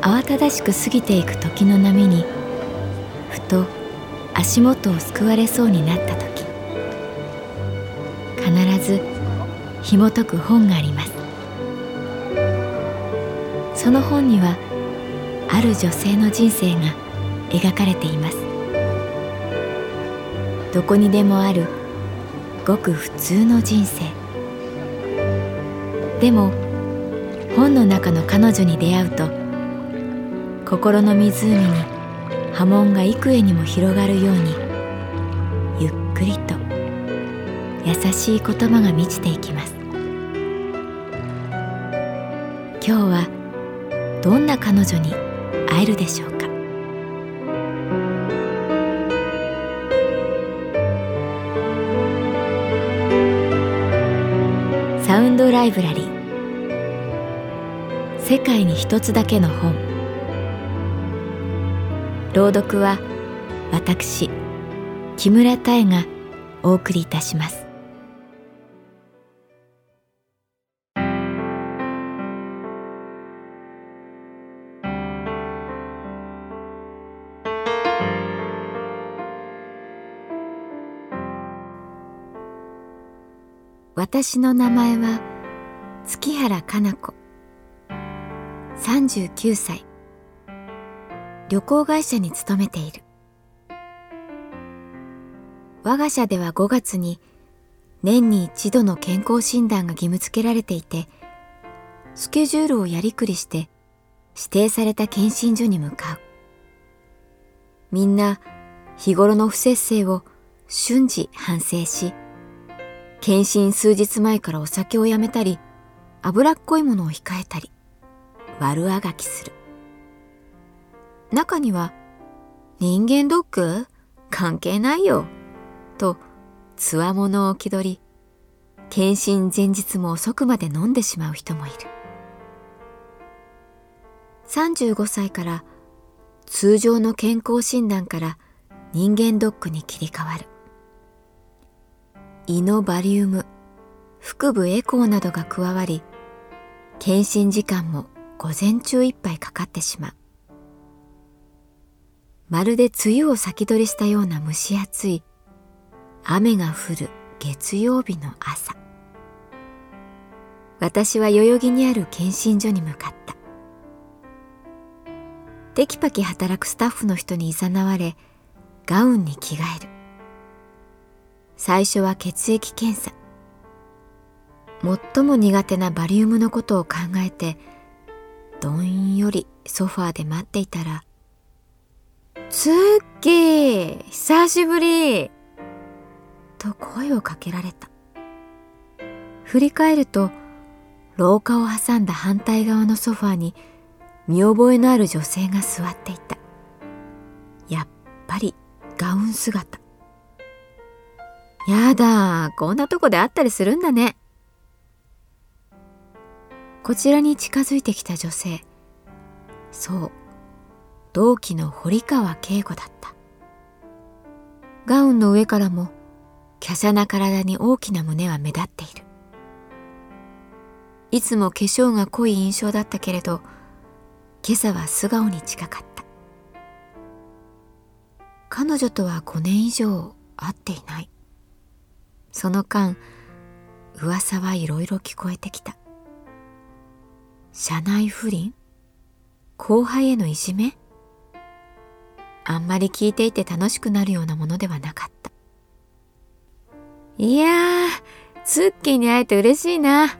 慌ただしく過ぎていく時の波にふと足元をすくわれそうになった時、必ず紐解く本があります。その本にはある女性の人生が描かれています。どこにでもあるごく普通の人生。でも本の中の彼女に出会うと、心の湖に波紋が幾重にも広がるように、ゆっくりと優しい言葉が満ちていきます。今日はどんな彼女に会えるでしょうか。サウンドライブラリー、世界に一つだけの本。朗読は私木村多江がお送りいたします。私の名前は月原かな子、39歳、旅行会社に勤めている。我が社では5月に年に一度の健康診断が義務付けられていて、スケジュールをやりくりして指定された検診所に向かう。みんな日頃の不摂生を瞬時反省し、検診数日前からお酒をやめたり、脂っこいものを控えたり、悪あがきする。中には、人間ドック？関係ないよ。と、つわものを気取り、検診前日も遅くまで飲んでしまう人もいる。35歳から通常の健康診断から人間ドックに切り替わる。胃のバリウム、腹部エコーなどが加わり、検診時間も午前中いっぱいかかってしまう。まるで梅雨を先取りしたような蒸し暑い雨が降る月曜日の朝。私は代々木にある検診所に向かった。テキパキ働くスタッフの人に誘われ、ガウンに着替える。最初は血液検査。最も苦手なバリウムのことを考えて、どんよりソファーで待っていたら、ツッキー、久しぶりと声をかけられた。振り返ると、廊下を挟んだ反対側のソファーに見覚えのある女性が座っていた。やっぱりガウン姿。やだ、こんなとこで会ったりするんだね。こちらに近づいてきた女性。そう、同期の堀川恵子だった。ガウンの上からも華奢な体に大きな胸は目立っている。いつも化粧が濃い印象だったけれど、今朝は素顔に近かった。彼女とは5年以上会っていない。その間、噂はいろいろ聞こえてきた。社内不倫？後輩へのいじめ？あんまり聞いていて楽しくなるようなものではなかった。いやー、ツッキーに会えて嬉しいな。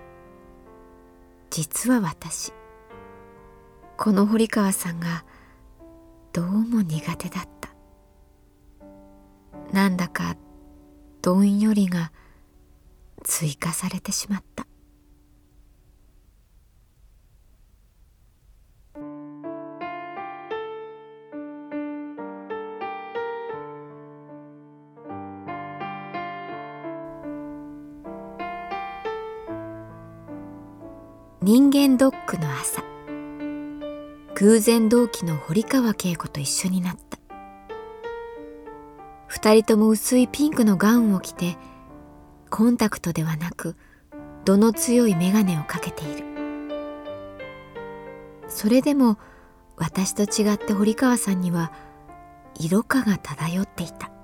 実は私、この堀川さんがどうも苦手だった。なんだかどんよりが追加されてしまった。人間ドックの朝、偶然同期の堀川恵子と一緒になった。二人とも薄いピンクのガウンを着て、コンタクトではなく度の強い眼鏡をかけている。 それでも私と違って堀川さんには色香が漂っていた。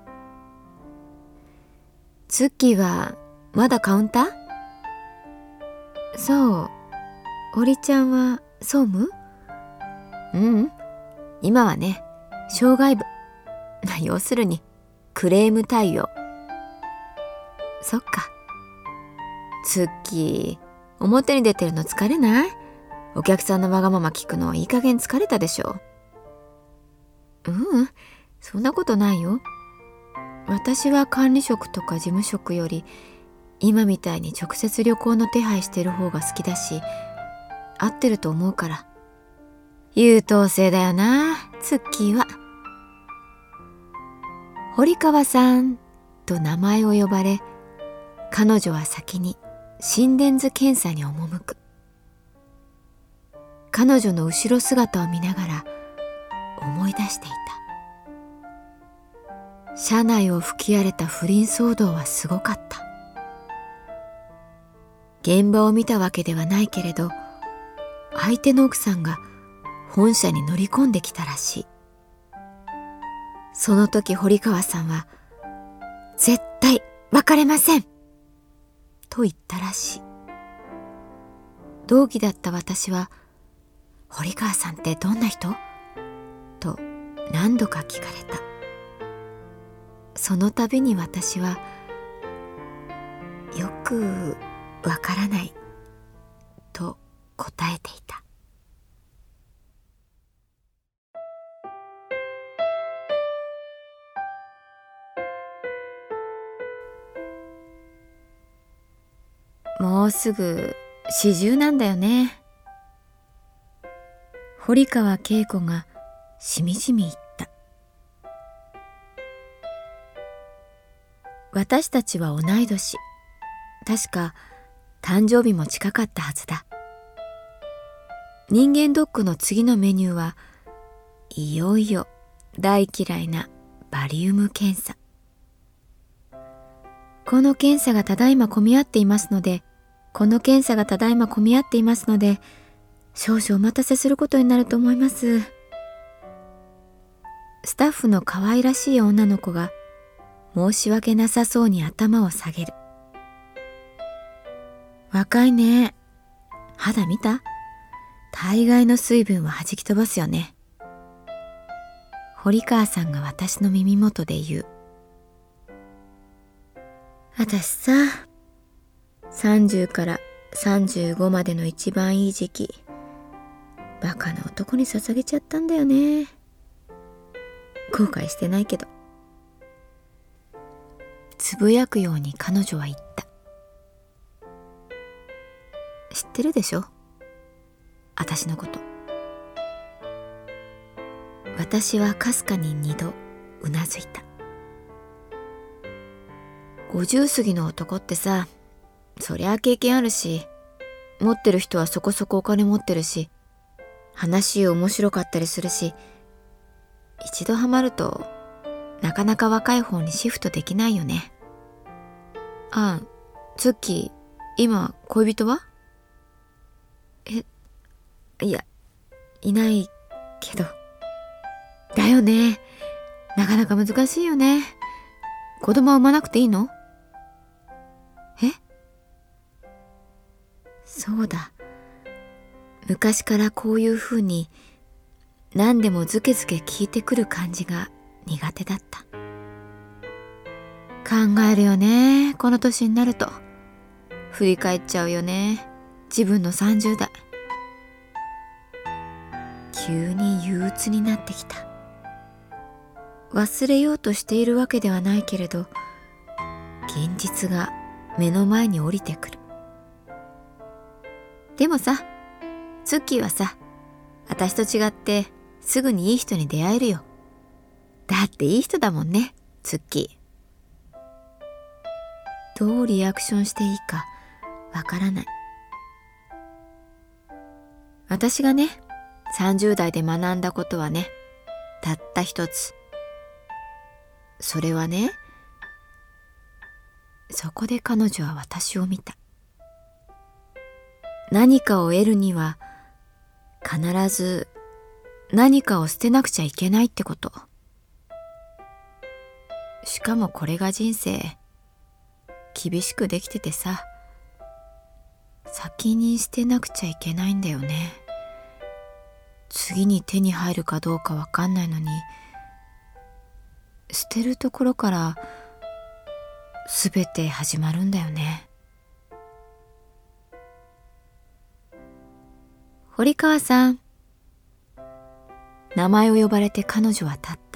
ツッキーはまだカウンター？そう。堀ちゃんは総務？うん、今はね、障害部。要するにクレーム対応。そっか。ツッキー、表に出てるの疲れない？お客さんのわがまま聞くのいい加減疲れたでしょ。そんなことないよ。私は管理職とか事務職より今みたいに直接旅行の手配してる方が好きだし、合ってると思うから。優等生だよな、ツッキーは。堀川さんと名前を呼ばれ、彼女は先に心電図検査に赴く。彼女の後ろ姿を見ながら思い出していた。車内を吹き荒れた不倫騒動はすごかった。現場を見たわけではないけれど、相手の奥さんが本社に乗り込んできたらしい。その時堀川さんは「絶対別れません!」と言ったらしい。同期だった私は「堀川さんってどんな人？」と何度か聞かれた。その度に私は「よくわからない」と答えていた。もうすぐ40なんだよね。堀川恵子がしみじみ言った。私たちは同い年。確か誕生日も近かったはずだ。人間ドックの次のメニューはいよいよ大嫌いなバリウム検査。この検査がただいま混み合っていますので、この検査がただいま混み合っていますので、少々お待たせすることになると思います。スタッフの可愛らしい女の子が申し訳なさそうに頭を下げる。若いね。肌見た？大概の水分は弾き飛ばすよね。堀川さんが私の耳元で言う。私さ、30から35までの一番いい時期、バカな男に捧げちゃったんだよね。後悔してないけど。つぶやくように彼女は言った。知ってるでしょ？私のこと。私はかすかに2度うなずいた。50過ぎの男ってさ、そりゃ経験あるし、持ってる人はそこそこお金持ってるし、話面白かったりするし、一度ハマるとなかなか若い方にシフトできないよね。ああ、ツッキー、今恋人は？いや、いないけど。だよね。なかなか難しいよね。子供は産まなくていいの？そうだ。昔からこういうふうに何でもズケズケ聞いてくる感じが苦手だった。考えるよね、この年になると。振り返っちゃうよね、自分の30代。急に憂鬱になってきた。忘れようとしているわけではないけれど、現実が目の前に降りてくる。でもさ、ツッキーはさ、私と違ってすぐにいい人に出会えるよ。だっていい人だもんね、ツッキー。どうリアクションしていいかわからない。私がね、30代で学んだことはね、たった一つ。それはね、そこで彼女は私を見た。何かを得るには必ず何かを捨てなくちゃいけないってこと。しかもこれが人生、厳しくできててさ、先に捨てなくちゃいけないんだよね。次に手に入るかどうかわかんないのに、捨てるところからすべて始まるんだよね。堀川さん。名前を呼ばれて彼女は立った。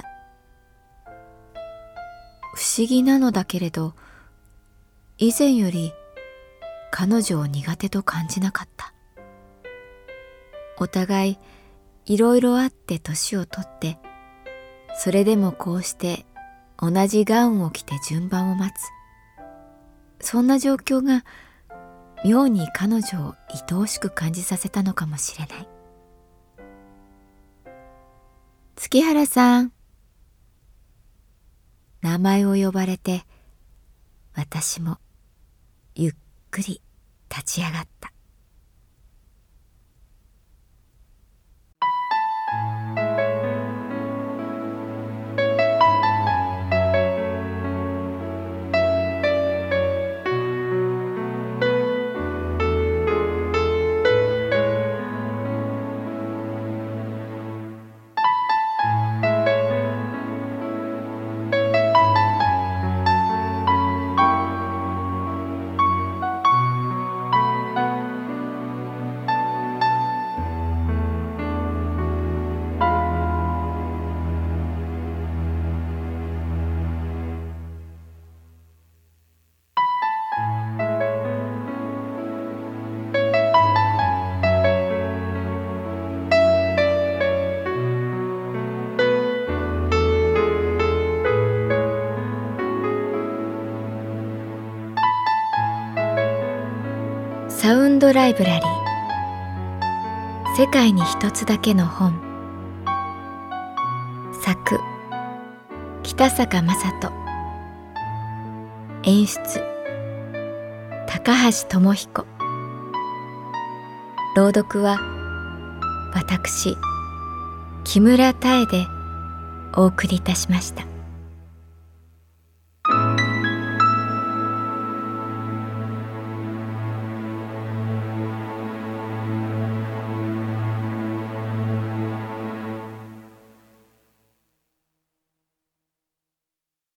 不思議なのだけれど、以前より彼女を苦手と感じなかった。お互いいろいろあって年をとって、それでもこうして同じガウンを着て順番を待つ。そんな状況が妙に彼女を愛おしく感じさせたのかもしれない。月原さん。名前を呼ばれて、私もゆっくり立ち上がった。サウンドライブラリー、世界に一つだけの本。作北坂雅人、演出高橋智彦、朗読は私木村多江でお送りいたしました。